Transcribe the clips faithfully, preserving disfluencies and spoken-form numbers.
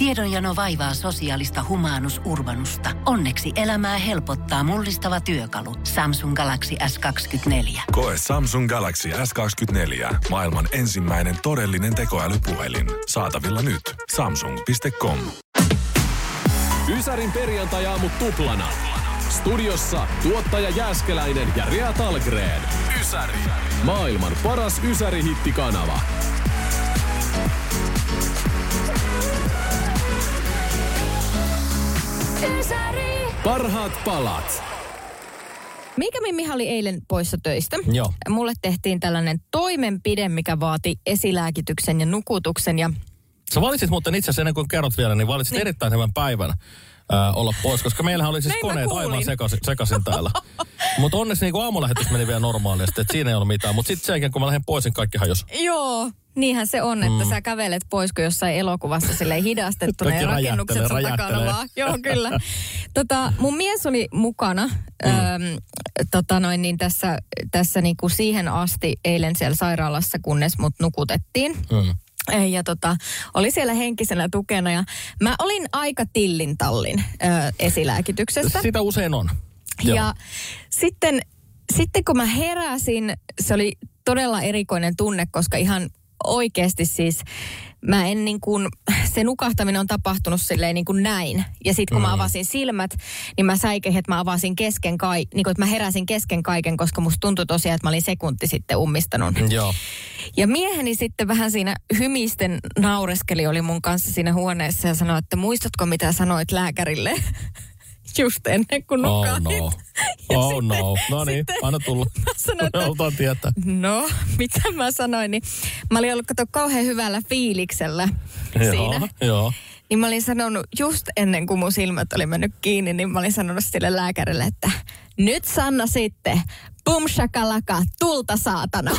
Tiedonjano vaivaa sosiaalista humanus urbanusta. Onneksi elämää helpottaa mullistava työkalu. Samsung Galaxy S kaksikymmentäneljä. Koe Samsung Galaxy S kaksikymmentäneljä. Maailman ensimmäinen todellinen tekoälypuhelin. Saatavilla nyt. Samsung piste com. Ysärin perjantai-aamut tuplana. Studiossa tuottaja Jääskeläinen ja Rea Tallgren. Ysäri. Maailman paras Ysäri-hittikanava. Ysäri. Parhaat palat. Mikä Mimmihan oli eilen poissa töistä? Joo. Mulle tehtiin tällainen toimenpide, mikä vaati esilääkityksen ja nukutuksen. Ja... Sä valitsit muuten itse asiassa ennen kuin kerrot vielä, niin valitsit niin. erittäin hyvän päivän ää, olla pois, koska meillähän oli siis koneet aivan sekaisin, sekaisin täällä. Mutta onneksi niin aamulähetys meni vielä normaalisti, että siinä ei ollut mitään. Mutta sitten sen jälkeen, kun mä lähdin pois, niin kaikki hajosi. Joo, niinhän se on, että mm. sä kävelet pois, kun jossain elokuvassa silleen hidastettuna ja rakennukset sun takana vaan. Joo, kyllä. Tota, mun mies oli mukana mm. äm, tota noin, niin tässä, tässä niinku siihen asti eilen siellä sairaalassa, kunnes mut nukutettiin. Mm. Ja tota, oli siellä henkisenä tukena ja mä olin aika tillintallin ö, esilääkityksestä. Sitä usein on. Ja Joo. sitten, sitten kun mä heräsin, se oli todella erikoinen tunne, koska ihan oikeasti siis mä en niin kuin, se nukahtaminen on tapahtunut silleen niin kuin näin. Ja sitten kun mm. mä avasin silmät, niin mä säikehin, että mä avasin kesken kai, niin kuin, että mä heräsin kesken kaiken, koska musta tuntui tosiaan, että mä olin sekunti sitten ummistanut. Joo. Ja mieheni sitten vähän siinä hymisten naureskeli oli mun kanssa siinä huoneessa ja sanoi, että muistatko mitä sanoit lääkärille? Just ennen kuin nukahdit. Oh no. Oh sitten, no. No niin, anna tulla. Mä sanoin, että, halutaan tietää. No, mitä mä sanoin, niin mä olin ollut kato kauhean hyvällä fiiliksellä joo, siinä. Joo. Niin mä olin sanonut, just ennen kuin mun silmät oli mennyt kiinni, niin mä olin sanonut sille lääkärille, että nyt Sanna sitten, bum shakalaka, tulta saatana.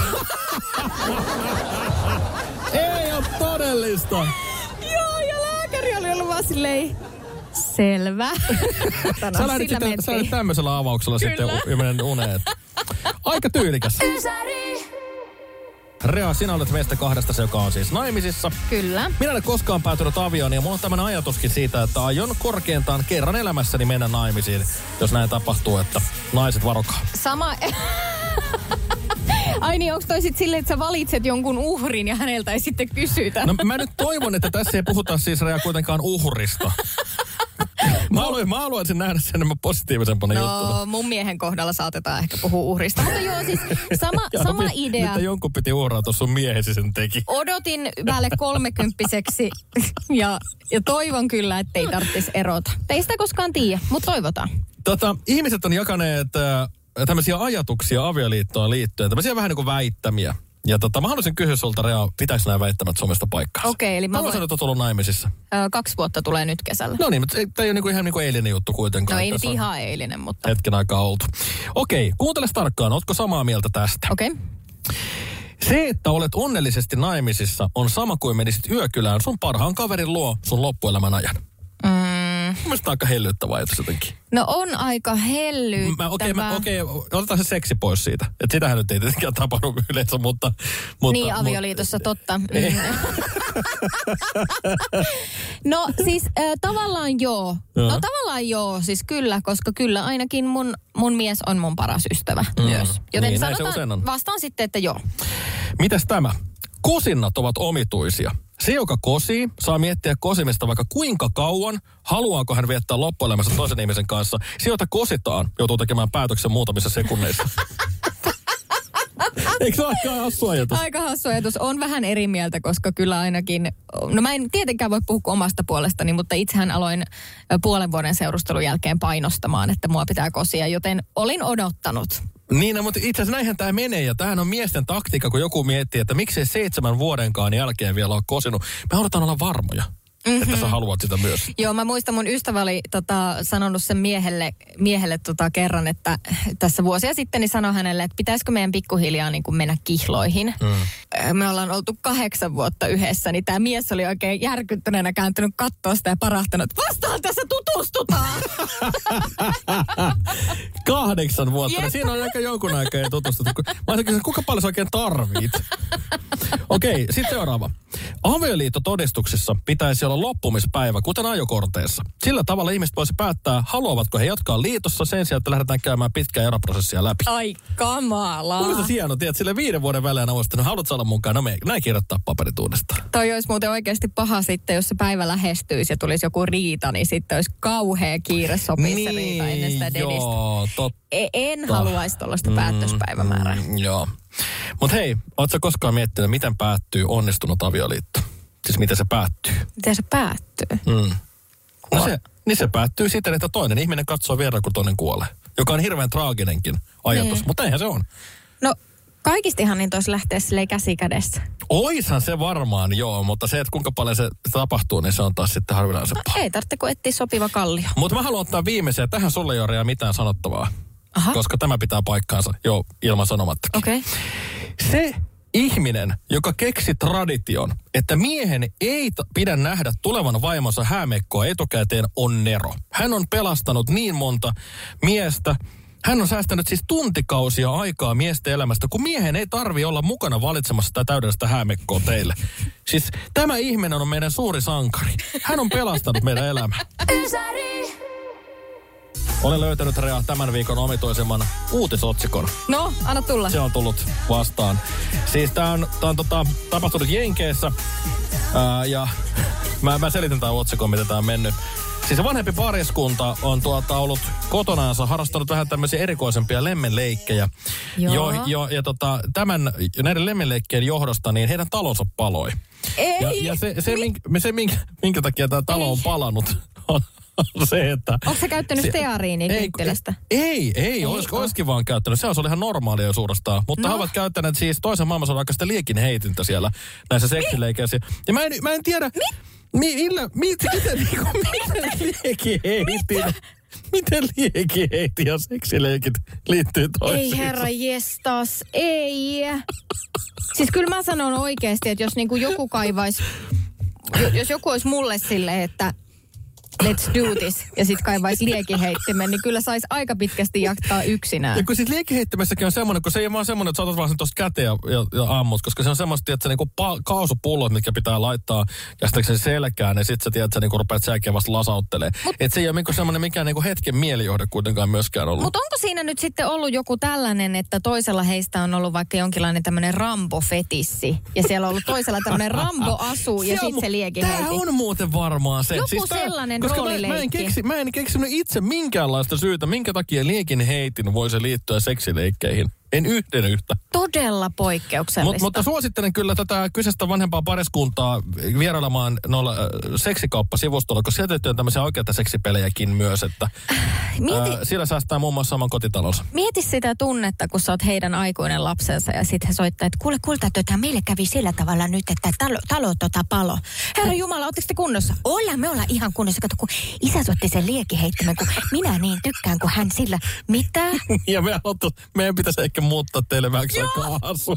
Ei ole todellista. Joo, ja lääkäri oli ollut vaan silleen, selvä. Tano, sä lähdit sitten sä tämmöisellä avauksella Kyllä. sitten ja menen uneen. Aika tyylikäs. Rea, sinä olet meistä kahdesta se, joka on siis naimisissa. Kyllä. Minä en ole koskaan päätynyt avioon ja mulla on tämmöinen ajatuskin siitä, että aion korkeintaan kerran elämässäni mennä naimisiin, jos näin tapahtuu, että naiset varokaa. Sama... Ai niin, onko toi sit silleen, että sä valitset jonkun uhrin ja häneltä ei sitten kysytä? No mä nyt toivon, että tässä ei puhuta siis Rea kuitenkaan uhrista. Mä haluan, mä haluaisin nähdä sen enemmän positiivisempana no, juttuna. No mun miehen kohdalla saatetaan ehkä puhua uhrista. Mutta joo, siis sama, ja sama mit, idea. Mitä jonkun piti uhrautua, sun miehesi sen teki. Odotin päälle kolmekymppiseksi ja, ja toivon kyllä, että ei tarvitsisi erota. Ei sitä koskaan tiedä, mutta toivotaan. Tota, ihmiset on jakaneet äh, tämmöisiä ajatuksia avioliittoon liittyen, tämmöisiä vähän niin kuin väittämiä. Ja tota, mä haluaisin kysyä sulta, Rea, pitäisi nämä väittämät Suomesta paikkaa? Okei, okay, eli mä voin... että olet ollut naimisissa? Ö, kaksi vuotta tulee nyt kesällä. No niin, mutta tämä ei ole niinku ihan niinku eilinen juttu kuitenkaan. No ei nyt ihan eilinen, mutta... Hetken aikaa oltu. Okei, okay, kuuntele tarkkaan, ootko samaa mieltä tästä? Okei. Okay. Se, että olet onnellisesti naimisissa, on sama kuin menisit yökylään sun parhaan kaverin luo sun loppuelämän ajan. Mm. Mielestäni aika hellyttävä ajatus jotenkin. No on aika hellyttävä. Okei, okay, okay, otetaan se seksi pois siitä. Että sitähän nyt ei tietenkään tapahdu yleensä, mutta... mutta niin, avioliitossa mutta, totta. No siis äh, tavallaan joo. joo. No tavallaan joo, siis kyllä, koska kyllä ainakin mun, mun mies on mun paras ystävä mm. myös. Joten niin, sanotaan, vastaan sitten, että joo. Mitäs tämä? Kosinnat ovat omituisia. Se, joka kosii, saa miettiä kosimista vaikka kuinka kauan, haluaako hän viettää loppuelämässä toisen ihmisen kanssa. Se, jota kositaan, joutuu tekemään päätöksen muutamissa sekunneissa. Eikö se ole aika hassu ajatus? Aika hassu ajatus. On vähän eri mieltä, koska kyllä ainakin... No mä en tietenkään voi puhua omasta puolestani, mutta itsehän aloin puolen vuoden seurustelun jälkeen painostamaan, että mua pitää kosia, joten olin odottanut. Niin, no, mutta itse asiassa näinhän tämä menee, ja tämähän on miesten taktiikka, kun joku miettii, että miksei seitsemän vuodenkaan jälkeen vielä ole kosinut. Me halutaan olla varmoja. Mm-hmm. Että sä haluat sitä myös. Joo, mä muistan mun ystävä oli tota, sanonut sen miehelle, miehelle tota, kerran, että tässä vuosia sitten niin sanoi hänelle, että pitäisikö meidän pikkuhiljaa niin kuin mennä kihloihin. Mm. Me ollaan oltu kahdeksan vuotta yhdessä, niin tämä mies oli oikein järkyttyneenä kääntynyt kattoa sitä ja parahtanut, että vastaan tässä tutustutaan. Kahdeksan vuotta, no, siinä on aika jonkun aikaa tutustuttu. Mä olisin kysynyt, kuinka paljon sä oikein tarvit? Okei, okay, sitten seuraava. Avioliittotodistuksissa pitäisi olla loppumispäivä, kuten ajokorteissa. Sillä tavalla ihmiset voisi päättää, haluavatko he jatkaa liitossa sen sijaan, että lähdetään käymään pitkää eroprosessia läpi. Ai kamalaa. Mun mielestä hieno, tiedät, sille viiden vuoden välein avustin, no haluatko olla mukaan? No me näin kirjoittaa paperit uudestaan. Toi olisi muuten oikeasti paha sitten, jos se päivä lähestyisi ja tulisi joku riita, niin sitten olisi kauhea kiire sopii niin, se riita ennen sitä dedistä. Joo, totta. En haluaisi tuollaista mm, päätöspäivämäärää. Mm, joo. Mutta hei, ootko koskaan miettinyt, miten päättyy onnistunut avioliitto? Siis miten se päättyy? Miten se päättyy? Mm. No se, niin se päättyy siten, että toinen ihminen katsoo vieraan, kun toinen kuolee. Joka on hirveän traaginenkin ajatus, niin. Mutta eihän se on. No kaikistihan niin toisi lähteä silleen käsi kädessä. Oishan se varmaan, joo, mutta se, että kuinka paljon se tapahtuu, niin se on taas sitten harvinaisempaa. No, ei tarvitse kun etsiä sopiva kallio. Mutta mä haluan ottaa viimeisen, tähän sulle ei ole mitään sanottavaa. Aha. Koska tämä pitää paikkaansa jo ilman sanomattakin. Okei. Okay. Se ihminen, joka keksi tradition, että miehen ei t- pidä nähdä tulevan vaimonsa häämekkoa etukäteen, on Nero. Hän on pelastanut niin monta miestä. Hän on säästänyt siis tuntikausia aikaa miesten elämästä, kun miehen ei tarvi olla mukana valitsemassa sitä täydellistä häämekkoa teille. Siis tämä ihminen on meidän suuri sankari. Hän on pelastanut meidän elämää. Olen löytänyt, Rea, tämän viikon omituisemman uutisotsikon. No, anna tulla. Se on tullut vastaan. Siis tää on, tää on tota, tapahtunut Jenkeissä. Ää, ja mä, mä selitän tämän otsikon, miten tää on mennyt. Siis vanhempi pariskunta on tuota ollut kotonaansa harrastanut vähän tämmöisiä erikoisempia lemmenleikkejä. Joo. Jo, jo, ja tota, tämän, näiden lemmenleikkien johdosta niin heidän talonsa paloi. Ei! Ja, ja se, se, minkä, se minkä, minkä takia tämä talo on palannut, on se, että... Onko sä käyttänyt steariinia kynttilästä? Ei, ei, ei olis, olisikin vaan käyttänyt. Se oli ihan normaalia jo suorastaan. Mutta no. He ovat käyttäneet siis toisen maailmansodan aikaista liekin heitintä siellä näissä seksileikeissä. Ja mä en, mä en tiedä... Mi? Millä, mit, miten, niinku, miten liekin heitin? Miten liekin heitin ja seksileikit liittyy toisiinsa? Ei herra jestas, ei. Siis kyllä mä sanon oikeasti, että jos niinku joku kaivaisi, jos joku olisi mulle silleen, että let's do this, ja sit kaivaisi liekiheittimen, niin kyllä saisi aika pitkästi jatkaa yksinään. Ja kun siis liekiheittimessäkin on semmoinen, kun se ei ole vaan semmoinen, että saatat vaan sen tuosta käteen ja, ja, ja ammut, koska se on semmoista, että se niinku pa- kaasupullot, mitkä pitää laittaa käsittääkseni selkään, ja sit sä tiedät, että sä niinku rupeat säkeä vasta lasauttelee. Että se ei ole niinku semmoinen mikään niinku hetken mielijohde kuitenkaan myöskään ollut. Mutta onko siinä nyt sitten ollut joku tällainen, että toisella heistä on ollut vaikka jonkinlainen tämmöinen Rambo-fetissi, ja siellä on ollut toisella tämmöinen Rambo-asu, ja sitten se liekiheitti. Tämä on muuten varmaan se. Joku siis tää, sellainen koska mä, mä, en keksi, mä en keksinyt itse minkäänlaista syytä, minkä takia liekin heitin voisi liittyä seksileikkeihin. En yhden yhtä. Todella poikkeuksellista. Mut, mutta suosittelen kyllä tätä kyseistä vanhempaa pariskuntaa vierailemaan noilla äh, seksikauppasivustolla, koska sieltä on tämmöisiä oikeita seksipelejäkin myös, että Mieti, äh, siellä säästää muun muassa oman kotitalonsa. Mieti sitä tunnetta, kun sä oot heidän aikuinen lapsensa ja sitten he soittaa, että kuule, kuule, että meille kävi sillä tavalla nyt, että talo, talo tota palo. Herra Jumala, ootteko te kunnossa? Ollaan, me ollaan ihan kunnossa. Kato, kun isä soitti sen liekiheittimen, kun minä niin tykkään, kun hän sillä, mitä? Ja me haluttu, meidän pitäisi ehkä muuttaa teille vähäksi aikaa asuun.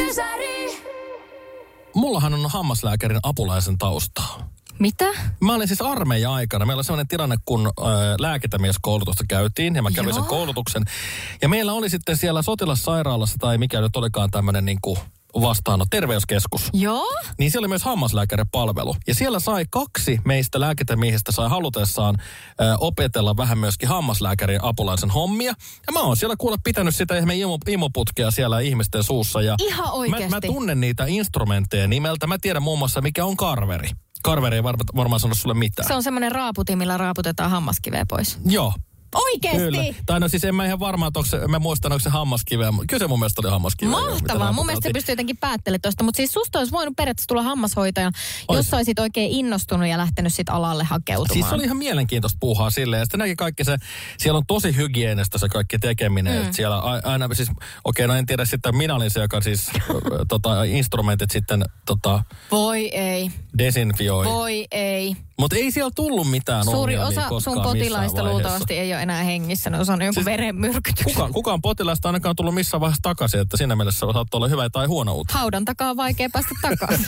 Mullahan on hammaslääkärin apulaisen taustaa. Mitä? Mä olin siis armeijan aikana. Meillä oli sellainen tilanne, kun äh, lääkintämieskoulutusta käytiin ja mä kävin Joo. sen koulutuksen. Ja meillä oli sitten siellä sotilassairaalassa tai mikä nyt olikaan tämmöinen niin kuin vastaanot, terveyskeskus. Joo. Niin siellä oli myös hammaslääkäripalvelu. Ja siellä sai kaksi meistä lääkintämiehistä sai halutessaan ö, opetella vähän myöskin hammaslääkärin apulaisen hommia. Ja mä oon siellä kuule pitänyt sitä ihme imoputkea siellä ihmisten suussa. Ja ihan oikeasti. Mä, mä tunnen niitä instrumentteja nimeltä. Mä tiedän muun muassa, mikä on karveri. Karveri ei var, varmaan sano sulle mitään. Se on semmoinen raaputin, millä raaputetaan hammaskiveä pois. Joo. Oikeesti? Kyllä. Tai no siis en mä ihan varmaan, että onko se, mä muistan, onko se hammaskiveä. Kyllä se mun mielestä oli hammaskiveä. Mahtavaa. Mun mielestä se pystyy jotenkin päättelemään tuosta. Mutta siis susta olisi voinut periaatteessa tulla hammashoitaja, Ois. jos olisit oikein innostunut ja lähtenyt sit alalle hakeutumaan. Siis se oli ihan mielenkiintoista puuhaa silleen. Ja sitten näki kaikki se, siellä on tosi hygienistä se kaikki tekeminen. Mm. Siellä aina siis, okei okay, no en tiedä sitten, minä olin se, joka siis tota, instrumentit sitten tota... Voi ei. Desinfioi. Voi ei. Mutta ei siellä tullut mitään Suuri ongelmia osa sun potilaista luultavasti ei ole enää hengissä. Ne on saanut jonkun siis verenmyrkytyksen. Kuka, kukaan potilaista ainakaan tullut missään vaiheessa takaisin, että siinä mielessä saattaa olla hyvä tai huono uutinen. Haudan takaa on vaikea päästä takaisin.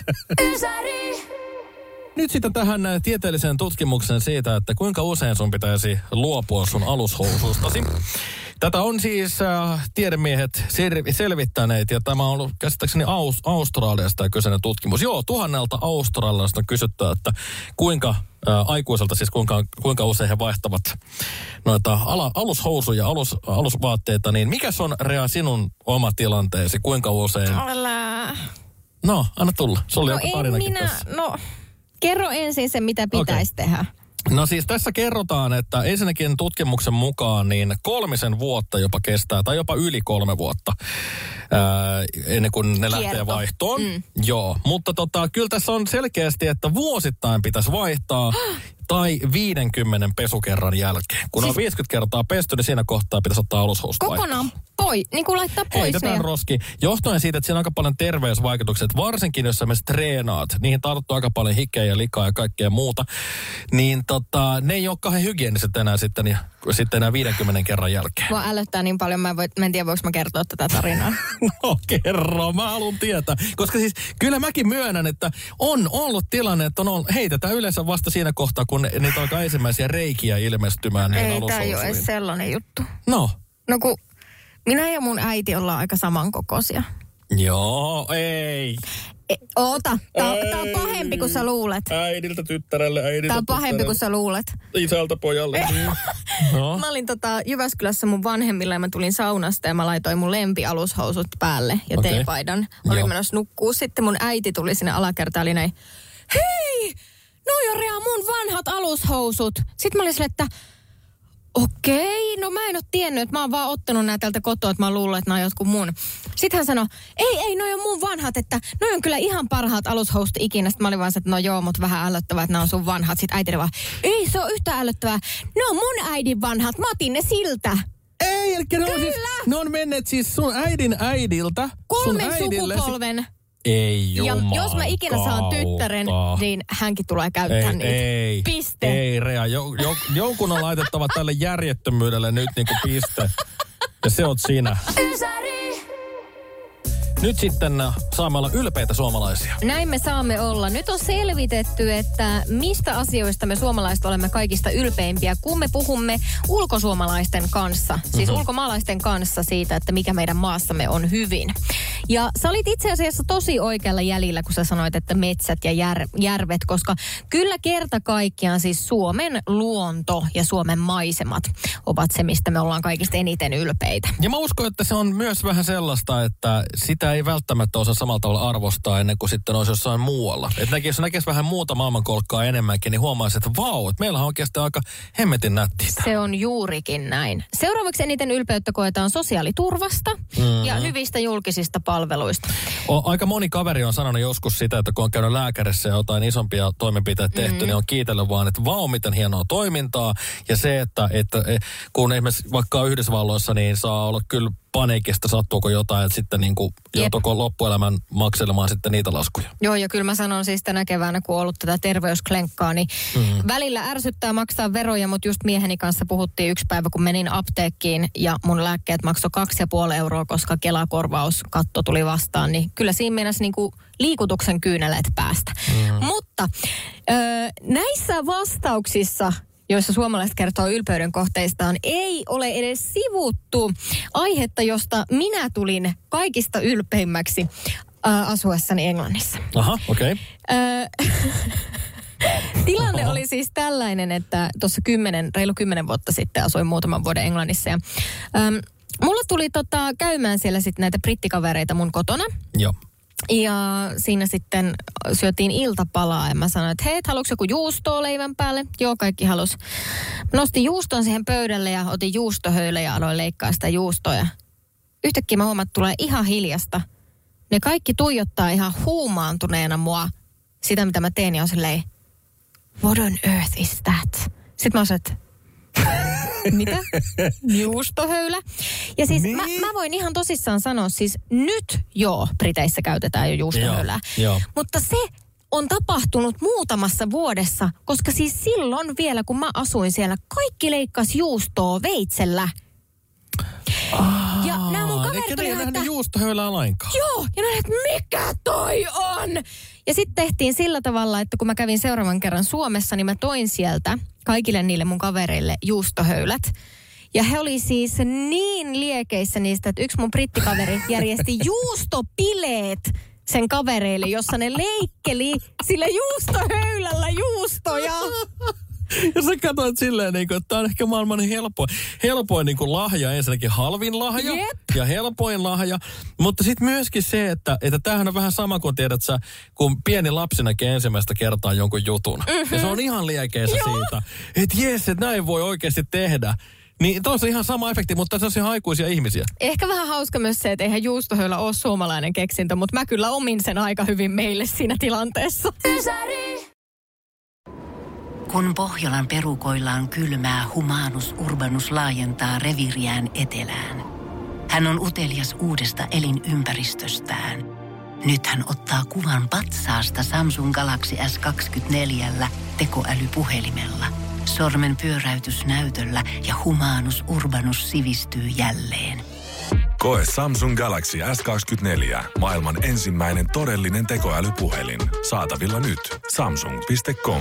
Nyt sitten tähän tieteelliseen tutkimukseen siitä, että kuinka usein sun pitäisi luopua sun alushousustasi. Tätä on siis äh, tiedemiehet selvittäneet, ja tämä on ollut käsittääkseni Aus- Australiasta ja kyseinen tutkimus. Joo, tuhannelta australialaista on kysytty, että kuinka äh, aikuiselta, siis kuinka, kuinka usein he vaihtavat noita ala, alushousuja, alus, alusvaatteita, niin mikäs on, Rea, sinun oma tilanteesi? Kuinka usein? Älä. No, anna tulla. Se oli no joku tarinakin minä, tässä. No, kerro ensin se, mitä pitäisi okay. tehdä. No siis tässä kerrotaan, että ensinnäkin tutkimuksen mukaan niin kolmisen vuotta jopa kestää, tai jopa yli kolme vuotta, ää, ennen kuin ne Kierto. lähtee vaihtoon. Mm. Joo, mutta tota, kyllä tässä on selkeästi, että vuosittain pitäisi vaihtaa tai viidenkymmenen pesukerran jälkeen. Kun siis on viisikymmentä kertaa pesty, niin siinä kohtaa pitäisi ottaa alushousut kokonaan pois, niin kuin laittaa pois. Heitetään roski. Johtuen siitä, että siinä on aika paljon terveysvaikutukset, varsinkin jos sä myös treenaat, niihin tarttuu aika paljon hikeä ja likaa ja kaikkea muuta, niin tota, ne ei ole kauhean hygieniset enää sitten, niin, sitten enää viidenkymmenen kerran jälkeen. Mua ällöttää niin paljon, mä, voin, mä en tiedä voiko mä kertoa tätä tarinaa. No kerro, mä haluan tietää. Koska siis kyllä mäkin myönnän, että on ollut tilanne, että on ollut, heitetään yleensä vasta siinä kohtaa, kun ne, niitä alkaa ensimmäisiä reikiä ilmestymään. Ei, tää ei ole edes sellainen juttu. No? No kun minä ja mun äiti ollaan aika samankokoisia. Joo, ei. E, oota, tää, tää on pahempi kuin sä luulet. Äidiltä tyttärelle, äidiltä Tää on pahempi kuin sä luulet. Isältä pojalle. No. Mä olin tota Jyväskylässä mun vanhemmilla ja mä tulin saunasta ja mä laitoin mun lempialushousut päälle ja okay. teepaidan. Olin menossa nukkuu. Sitten mun äiti tuli sinne alakertaan, oli näin, hei, noi on Rea mun vanhat alushousut. Sitten mä olin silleen, että okei, no mä en ole tiennyt, että mä oon vaan ottanut nää tältä kotoa, että mä oon luullut, että nää on jotkut mun. Sitten hän sanoi, ei, ei, noi on mun vanhat, että noi on kyllä ihan parhaat alushousut ikinä. Sitten mä olin vaan se, että no joo, mutta vähän ällöttävää, että nää on sun vanhat. Sitten äiti vaan, ei se on yhtä ällöttävää. Ne on mun äidin vanhat, mä otin ne siltä. Ei, eli ne on, siis, ne on menneet siis sun äidin äidiltä. Kolmen sukupolven. Ei jumala. Ja jos mä ikinä saan tyttären, niin hänkin tulee käyttää ei, niitä. Ei, piste. Ei, Rea. Jo, jo, jonkun on laitettava tälle järjettömyydelle nyt niinku piste. Ja se oot sinä. Nyt sitten saamme olla ylpeitä suomalaisia. Näin me saamme olla. Nyt on selvitetty, että mistä asioista me suomalaiset olemme kaikista ylpeimpiä, kun me puhumme ulkosuomalaisten kanssa. Siis mm-hmm. ulkomaalaisten kanssa siitä, että mikä meidän maassamme on hyvin. Ja sä olit itse asiassa tosi oikealla jäljellä, kun sä sanoit, että metsät ja jär, järvet, koska kyllä kerta kaikkiaan siis Suomen luonto ja Suomen maisemat ovat se, mistä me ollaan kaikista eniten ylpeitä. Ja mä uskon, että se on myös vähän sellaista, että sitä ei välttämättä osaa samalla tavalla arvostaa ennen kuin sitten olisi jossain muualla. Että näkisi, jos näkisi vähän muuta maailmankolkkaa enemmänkin, niin huomaisi, että vau, että meillä on oikeasti aika hemmetin nättiä. Se on juurikin näin. Seuraavaksi eniten ylpeyttä koetaan sosiaaliturvasta mm-hmm. ja hyvistä julkisista palveluista. O, aika moni kaveri on sanonut joskus sitä, että kun on käynyt lääkärissä ja jotain isompia toimenpiteitä tehty, mm-hmm. niin on kiitellyt vaan, että vau, miten hienoa toimintaa. Ja se, että, että kun esimerkiksi vaikka Yhdysvalloissa, niin saa olla kyllä paniikista, sattuuko jotain, että sitten niin kuin joutuuko loppuelämän makselemaan sitten niitä laskuja. Joo, ja kyllä mä sanon siis tänä keväänä, kun on ollut tätä terveysklenkkaa, niin mm. välillä ärsyttää maksaa veroja, mutta just mieheni kanssa puhuttiin yksi päivä, kun menin apteekkiin ja mun lääkkeet maksoi kaksi ja puoli euroa, koska Kela-korvauskatto tuli vastaan, niin kyllä siinä meinasi niin kuin liikutuksen kyyneleet päästä. Mm. Mutta ö, näissä vastauksissa, joissa suomalaiset kertoo ylpeyden kohteistaan, ei ole edes sivuttu aihetta, josta minä tulin kaikista ylpeimmäksi äh, asuessani Englannissa. Aha, okei. Okay. Tilanne Aha. oli siis tällainen, että tuossa kymmenen, reilu kymmenen vuotta sitten asuin muutaman vuoden Englannissa. Ja, ähm, mulla tuli tota, käymään siellä sitten näitä brittikavereita mun kotona. Joo. Ja siinä sitten syötiin iltapalaa ja mä sanoin, että hei, haluatko joku juustoa leivän päälle? Joo, kaikki halus. Nostin juuston siihen pöydälle ja otin juustohöylä ja aloin leikkaa sitä juustoa. Ja yhtäkkiä mä huomaan, että tulee ihan hiljasta. Ne kaikki tuijottaa ihan huumaantuneena mua sitä, mitä mä teen, ja on silleen, what on earth is that? Sitten mä oon että mitä? Juustohöylä. Ja siis niin? mä, mä voin ihan tosissaan sanoa, siis nyt joo, Briteissä käytetään jo juustohöylää. Joo, joo. Mutta se on tapahtunut muutamassa vuodessa, koska siis silloin vielä, kun mä asuin siellä, kaikki leikkasi juustoa veitsellä. Ah, ja nämä mun kaverit oli ihan, että juustohöylää lainkaan. Joo, ja ne että mikä toi on? Ja sitten tehtiin sillä tavalla, että kun mä kävin seuraavan kerran Suomessa, niin mä toin sieltä kaikille niille mun kavereille juustohöylät. Ja he oli siis niin liekeissä niistä, että yksi mun brittikaveri järjesti juustopileet sen kavereille, jossa ne leikkeli sillä juustohöylällä juustoja. Ja sä katsoit silleen, niin kuin, että tämä on ehkä maailman helpoin, helpoin niin kuin lahja, ensinnäkin halvin lahja Jep. ja helpoin lahja. Mutta sitten myöskin se, että, että tämähän on vähän sama kuin tiedät sä, kun pieni lapsi näkee ensimmäistä kertaa jonkun jutun. Mm-hmm. Ja se on ihan liekeissä siitä, että jes, että näin voi oikeasti tehdä. Niin tuossa on ihan sama efekti, mutta se on ihan aikuisia ihmisiä. Ehkä vähän hauska myös se, että eihän juustohöylä ole suomalainen keksintö, mutta mä kyllä omin sen aika hyvin meille siinä tilanteessa. Kun Pohjolan perukoillaan kylmää, Humanus Urbanus laajentaa reviiriään etelään. Hän on utelias uudesta elinympäristöstään. Nyt hän ottaa kuvan patsaasta Samsung Galaxy S kaksikymmentäneljä tekoälypuhelimella. Sormen pyöräytys näytöllä ja Humanus Urbanus sivistyy jälleen. Koe Samsung Galaxy S kaksikymmentäneljä, maailman ensimmäinen todellinen tekoälypuhelin. Saatavilla nyt. samsung piste com.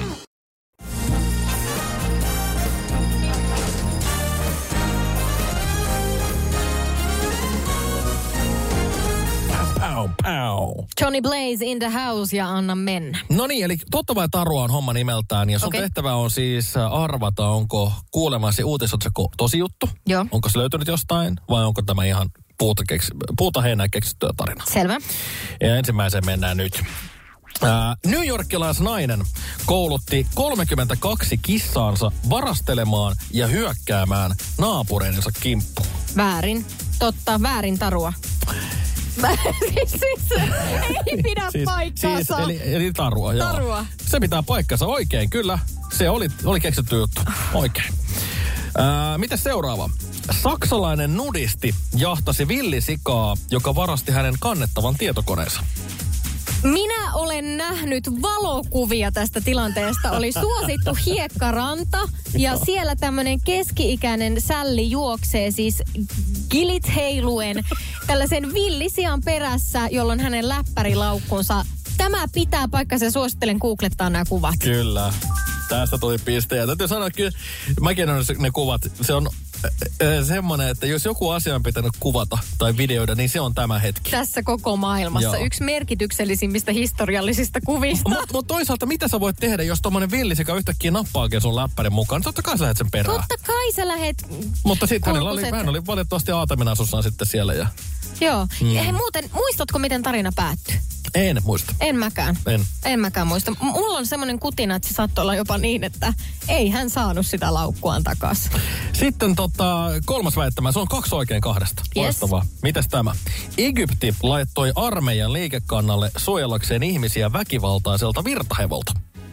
Pow, pow. Johnny Blaze in the house ja anna mennä. No niin, eli Totta vai Tarua on homma nimeltään. Ja sun Okei. tehtävä on siis arvata, onko kuulemasi uutisotsikko tosi juttu. Joo. Onko se löytynyt jostain vai onko tämä ihan puuta, keks, puuta heinää keksittyä tarina. Selvä. Ja ensimmäiseen mennään nyt. Ää, New Yorkilaisnainen koulutti kolmekymmentäkaksi kissaansa varastelemaan ja hyökkäämään naapureidensa kimppuun. Väärin. Totta, väärin Tarua. siis, siis, ei pidä Siis, paikkaansa. siis, eli, eli tarua, joo. Tarua. Se pitää paikkansa oikein, kyllä. Se oli, oli keksitty juttu. Oikein. Ää, mitäs seuraava? Saksalainen nudisti jahtasi villisikaa, joka varasti hänen kannettavan tietokoneensa. Minä olen nähnyt valokuvia tästä tilanteesta. Oli suosittu hiekkaranta ja siellä tämmöinen keski-ikäinen sälli juoksee siis gilit heiluen tällaisen villisian perässä, jolloin hänen läppärilaukkunsa. Tämä pitää paikkansa ja suosittelen googlettaa nämä kuvat. Kyllä. Tästä tuli pisteitä. Täytyy sanoa, että kyllä mäkin olen ne kuvat. Se on äh, semmoinen, että jos joku asia on pitänyt kuvata tai videoida, niin se on tämä hetki. Tässä koko maailmassa. Joo. Yksi merkityksellisimmistä historiallisista kuvista. Mutta mut toisaalta mitä sä voit tehdä, jos tommonen villisika yhtäkkiä nappaakin sun läppärin mukaan? Totta kai sä lähet sen perään. Totta kai sä lähet. Mutta sitten hänellä oli, Kolkuset. hän oli valitettavasti Aatamin asussaan sitten siellä. Ja Joo. Mm. Ja hei, muuten, muistatko miten tarina päättyi? en muista. En mäkään. En. En mäkään muista. M- Mulla on semmoinen kutina, että se saattoi olla jopa niin, että ei hän saanut sitä laukkuaan takaisin. Sitten tota, kolmas väittämä. Se on kaksi oikein kahdesta. Yes. Loistavaa. Mitäs tämä? Egypti laittoi armeijan liikekannalle suojellakseen ihmisiä väkivaltaiselta virtahevolta.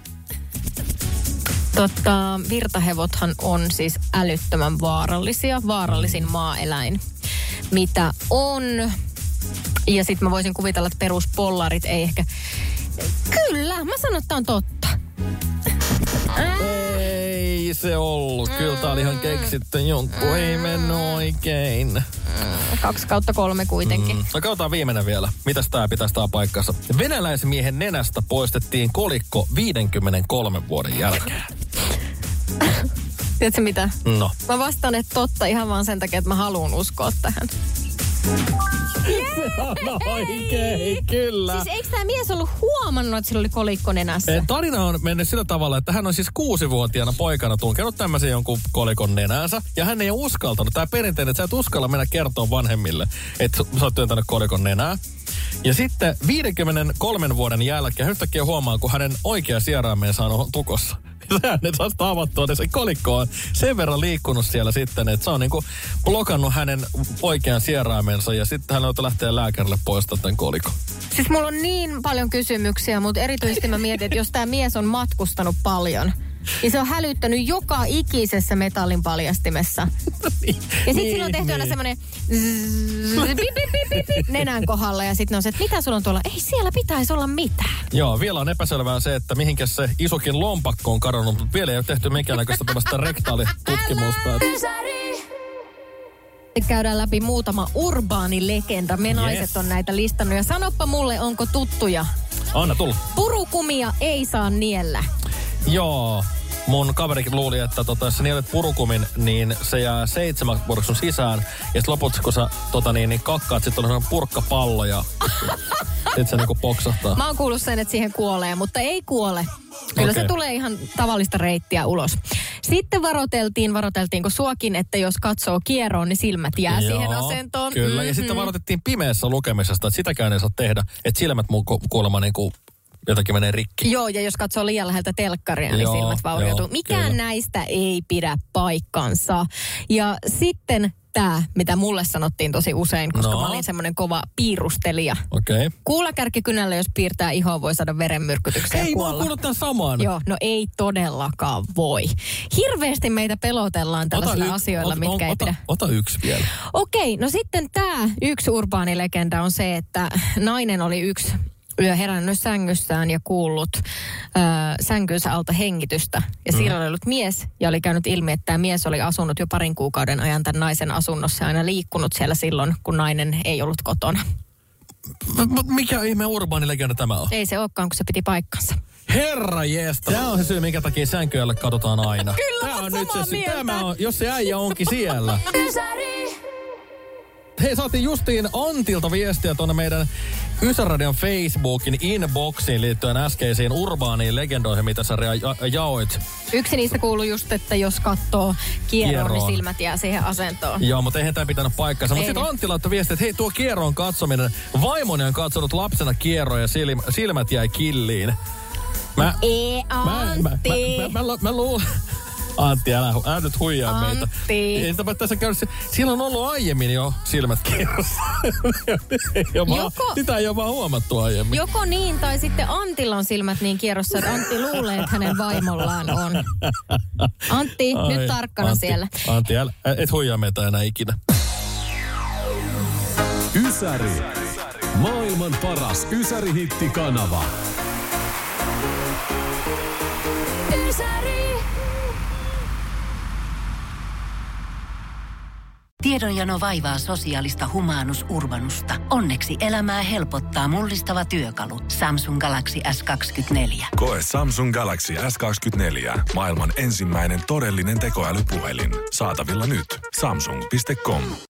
Totta, virtahevothan on siis älyttömän vaarallisia. Vaarallisin maaeläin, mitä on. Ja sitten mä voisin kuvitella, että peruspollarit ei ehkä... Kyllä, mä sanon, että on totta. Ei se ollut. Kyllä tää oli ihan keksitty juttu. Ei mennyt oikein. Kaksi kautta kolme kuitenkin. Mm. No katsotaan viimeinen vielä. Mitäs tää pitäisi tää paikkansa? Venäläismiehen nenästä poistettiin kolikko viidenkymmenenkolmen vuoden jälkeen. Tiedätkö mitä? No. Mä vastaan, että totta ihan vaan sen takia, että mä haluan uskoa tähän. No oikein, kyllä. Siis eikö tämä mies ollut huomannut, että sillä oli kolikko nenässä? Eh, Tarina on mennyt sillä tavalla, että hän on siis kuusivuotiaana poikana tunkenut tämmöisen jonkun kolikon nenäänsä. Ja hän ei ole uskaltanut. Tämä perinteinen, että sä et uskalla mennä kertoa vanhemmille, että sä oot työntänyt kolikon nenää. Ja sitten viidenkymmenenkolmen vuoden jälkeen yhtäkkiä huomaa, kun hänen oikea sieraimeensa on tukossa. Sehän ne saa sitä avattua, että se kolikko on sen verran liikkunut siellä sitten, että se on niinku blokannut hänen oikean sieraimensa ja sitten hän on lähteä lääkärille poistaa tämän kolikon. Siis mulla on niin paljon kysymyksiä, mutta erityisesti mä mietin, että jos tämä mies on matkustanut paljon, niin se on hälyttänyt joka ikisessä metallin paljastimessa. niin, Ja sitten sillä on tehty aina semmoinen nenän kohdalla ja sitten on se, että mitä sulla on tuolla? Ei siellä pitäisi olla mitään. Joo, vielä on epäselvää se, että mihinkä se isokin lompakko on kadonnut, mutta vielä ei ole tehty minkäännäköistä tällaista rektaalitutkimusta. Käydään läpi muutama urbaani legenda. Me naiset Yes. on näitä listannut ja sanoppa mulle, onko tuttuja. Anna tulla. Purukumia ei saa niellä. Joo. mun kaverikin luuli, että tota, jos sä nielet purukumin, niin se jää seitsemän vuodeksi sun sisään. Ja sit loput, kun sä tota, niin, niin kakkaat, sit on sellainen purkkapallo ja sit se niinku poksahtaa. Mä oon kuullut sen, että siihen kuolee, mutta ei kuole. Kyllä okay. Se tulee ihan tavallista reittiä ulos. Sitten varoteltiin, varoteltiinko suokin, että jos katsoo kieroon, niin silmät jää Joo, siihen asentoon. Kyllä, mm-hmm. Ja sitten varoitettiin pimeässä lukemisesta, että sitäkään ei saa tehdä, että silmät muu kuulemma niinku jotakin menee rikki. Joo, ja jos katsoo liian läheltä telkkaria, niin Joo, silmät vaurioituu. joo, Mikään kyllä. näistä ei pidä paikkansa. Ja sitten tämä, mitä mulle sanottiin tosi usein, koska no. mä olin semmoinen kova piirustelija. Okei. Okay. Kuulakärkikynällä, jos piirtää ihoa, voi saada verenmyrkytyksiä ja Ei, kuolla. mä oon kuullut tämän saman. Joo, no ei todellakaan voi. Hirveästi meitä pelotellaan tällaisilla ota asioilla, ot, mitkä ot, ei ota, pidä. Ota yksi vielä. Okei, no sitten tämä yksi urbaanilegenda on se, että nainen oli yksi yö herännyt sängyssään ja kuullut äh, sänkynsä alta hengitystä. Ja mm. siinä oli ollut mies ja oli käynyt ilmi, että tämä mies oli asunut jo parin kuukauden ajan tämän naisen asunnossa ja aina liikkunut siellä silloin, kun nainen ei ollut kotona. M- mikä ihme urbaanilegenda tämä on? Ei se olekaan, kun se piti paikkansa. Herra jeesta. Tämä on se syy, minkä takia sänkyjälle katsotaan aina. Kyllä, Tämä on samaa nyt se syy. mieltä. Tämä on, jos se äijä onkin siellä. Hei, saatiin justiin Antilta viestiä tuonne meidän Ysäradion Facebookin inboxiin liittyen äskeisiin urbaaniin legendoihin, mitä sä ja- jaoit. Yksi niistä kuuluu just, että jos katsoo kieroon, Kieroon. niin silmät jää siihen asentoon. Joo, mutta eihän tämä pitänyt paikkansa. Mutta sitten Antti laittoi viestiä, että hei, tuo kieroon katsominen. Vaimoni on katsonut lapsena kieroon ja silm- silmät jäi killiin. Mä, Ei, mä, mä, mä, mä, mä, mä, mä luulen... Antti, älä, älä nyt huijaa Antti. meitä. Ei sitä tässä käydä. Siellä on ollut aiemmin jo silmät kierrossa. Joko- Sitä ei ole vaan huomattu aiemmin. Joko niin, tai sitten Antilla on silmät niin kierrossa, että Antti luulee, että hänen vaimollaan on. Antti, Ai, nyt tarkkana Antti, siellä. Antti, älä, et huijaa meitä enää ikinä. Ysäri. Maailman paras Ysäri-hittikanava. Tiedonjano vaivaa sosiaalista humanus urbanusta. Onneksi elämää helpottaa mullistava työkalu. Samsung Galaxy S kaksikymmentäneljä. Koe Samsung Galaxy S kaksikymmentäneljä. Maailman ensimmäinen todellinen tekoälypuhelin. Saatavilla nyt. Samsung piste com.